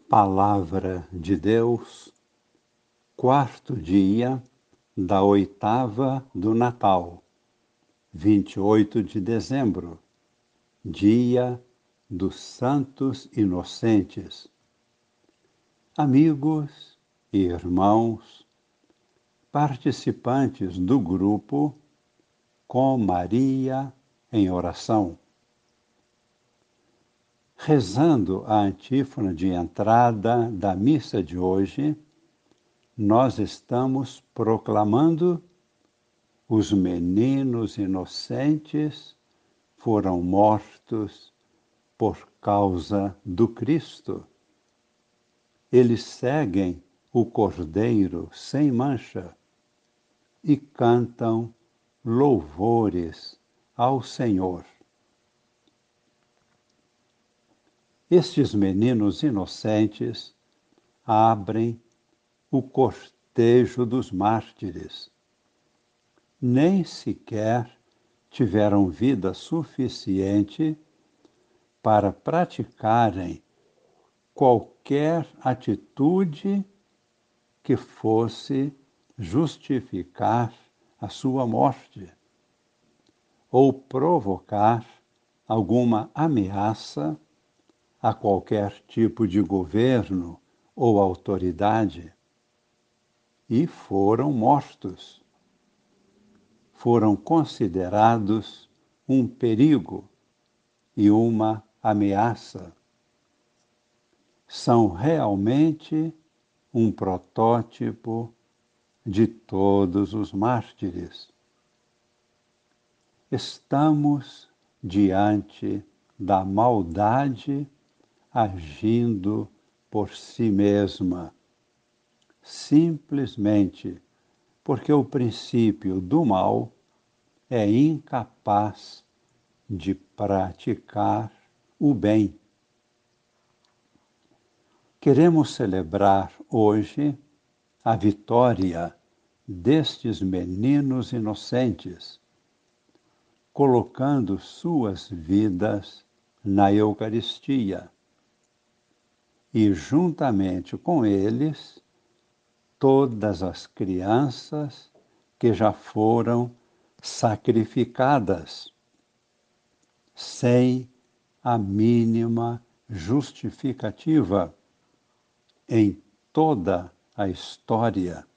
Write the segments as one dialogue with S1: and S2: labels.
S1: Palavra de Deus, quarto dia da oitava do Natal, 28 de dezembro, dia dos Santos Inocentes. Amigos e irmãos, participantes do grupo Com Maria em Oração. Rezando a antífona de entrada da missa de hoje, nós estamos proclamando: os meninos inocentes foram mortos por causa do Cristo. Eles seguem o Cordeiro sem mancha e cantam louvores ao Senhor. Estes meninos inocentes abrem o cortejo dos mártires. Nem sequer tiveram vida suficiente para praticarem qualquer atitude que fosse justificar a sua morte ou provocar alguma ameaça a qualquer tipo de governo ou autoridade, e foram mortos. Foram considerados um perigo e uma ameaça. São realmente um protótipo de todos os mártires. Estamos diante da maldade agindo por si mesma, simplesmente porque o princípio do mal é incapaz de praticar o bem. Queremos celebrar hoje a vitória destes meninos inocentes, colocando suas vidas na Eucaristia e, juntamente com eles, todas as crianças que já foram sacrificadas, sem a mínima justificativa em toda a história.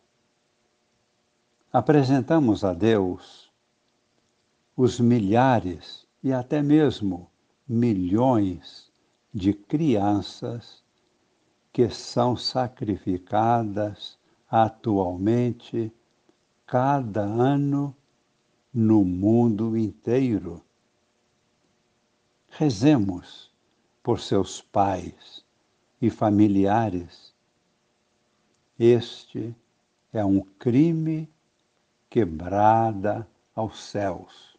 S1: Apresentamos a Deus os milhares e até mesmo milhões de crianças que são sacrificadas atualmente cada ano no mundo inteiro. Rezemos por seus pais e familiares. Este é um crime que brada aos céus.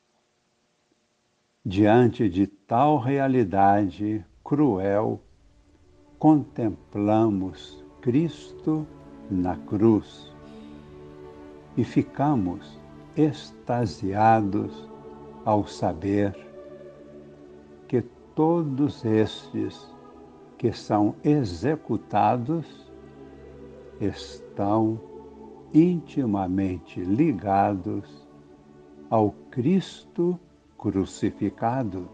S1: Diante de tal realidade cruel, contemplamos Cristo na cruz e ficamos extasiados ao saber que todos estes que são executados estão intimamente ligados ao Cristo crucificado.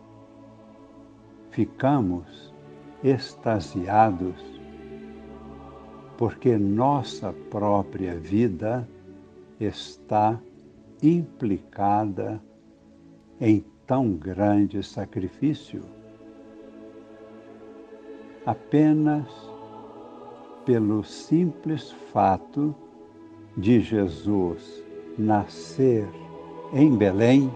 S1: Ficamos extasiados porque nossa própria vida está implicada em tão grande sacrifício. Apenas pelo simples fato de Jesus nascer em Belém,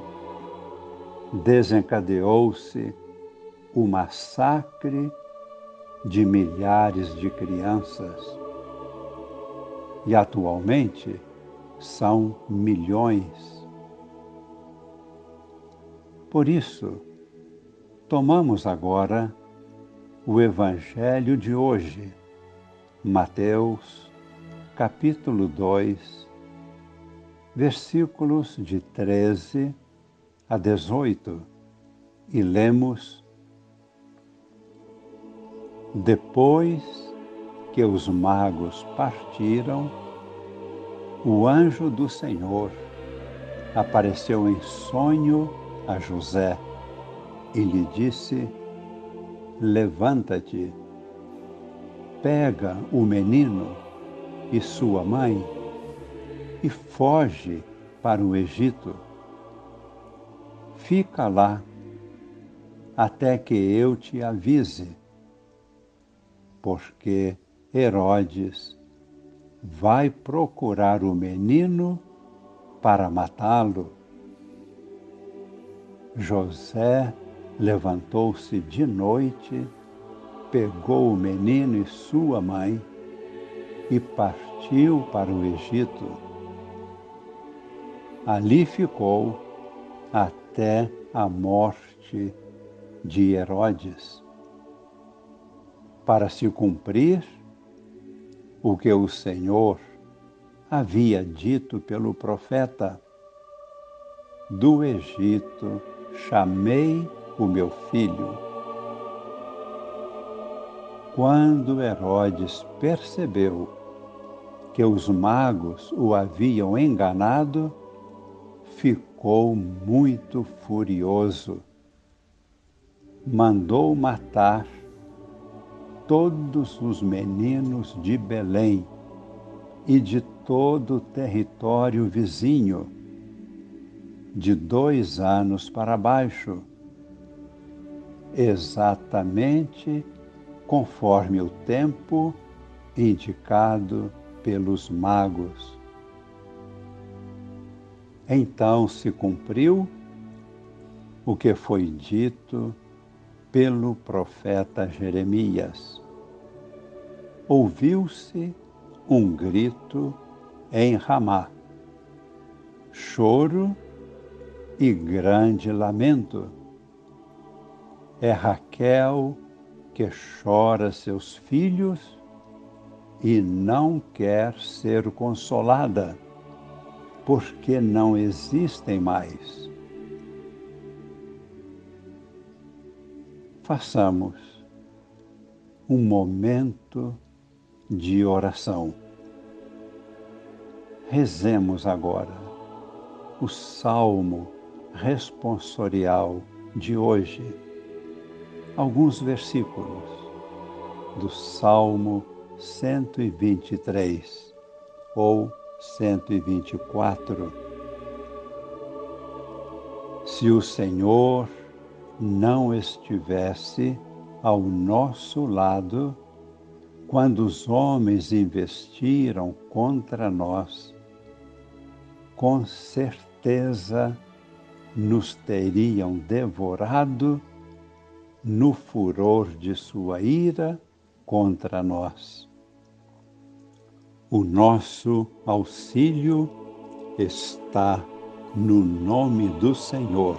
S1: desencadeou-se o massacre de milhares de crianças. E atualmente são milhões. Por isso, tomamos agora o Evangelho de hoje, Mateus, capítulo 2, versículos de 13 a 18, e lemos: Depois que os magos partiram, o anjo do Senhor apareceu em sonho a José e lhe disse: levanta-te, pega o menino e sua mãe e foge para o Egito. Fica lá até que eu te avise, porque Herodes vai procurar o menino para matá-lo. José levantou-se de noite, pegou o menino e sua mãe e partiu para o Egito. Ali ficou até a morte de Herodes, para se cumprir o que o Senhor havia dito pelo profeta: do Egito chamei o meu filho. Quando Herodes percebeu que os magos o haviam enganado, ficou muito furioso. Mandou matar todos os meninos de Belém e de todo o território vizinho, de 2 anos para baixo, exatamente conforme o tempo indicado pelos magos. Então se cumpriu o que foi dito pelo profeta Jeremias. Ouviu-se um grito em Ramá, choro e grande lamento. É Raquel que chora seus filhos e não quer ser consolada, porque não existem mais. Façamos um momento de oração. Rezemos agora o Salmo responsorial de hoje, alguns versículos do Salmo 123 ou 124. Se o Senhor não estivesse ao nosso lado, quando os homens investiram contra nós, com certeza nos teriam devorado no furor de sua ira contra nós. O nosso auxílio está no nome do Senhor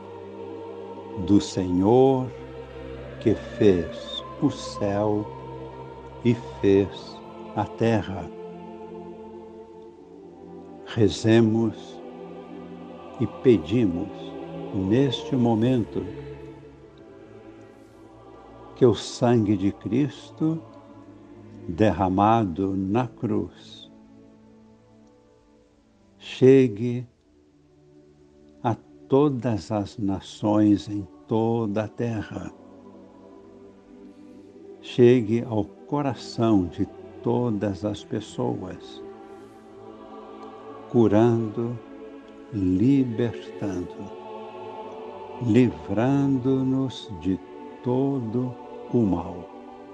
S1: que fez o céu e fez a terra. Rezemos e pedimos neste momento que o sangue de Cristo derramado na cruz chegue a todas as nações em toda a terra, chegue ao coração de todas as pessoas, curando, libertando, livrando-nos de todo o mal.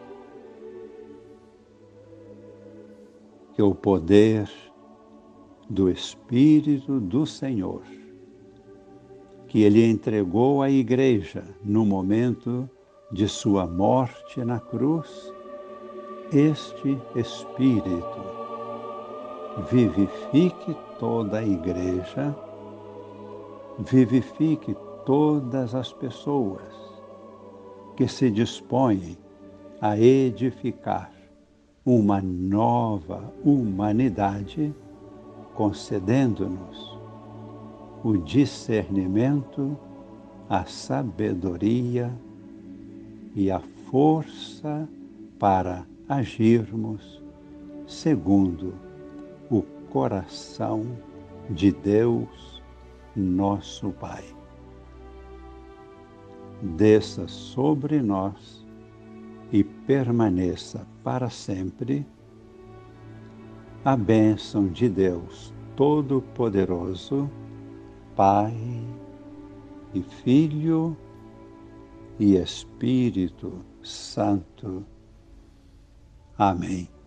S1: Que o poder do Espírito do Senhor, que Ele entregou à Igreja no momento de sua morte na cruz, este Espírito vivifique toda a Igreja, vivifique todas as pessoas que se dispõem a edificar uma nova humanidade, concedendo-nos o discernimento, a sabedoria e a força para agirmos segundo o coração de Deus, nosso Pai. Desça sobre nós e permaneça para sempre a bênção de Deus Todo-Poderoso, Pai e Filho e Espírito Santo. Amém.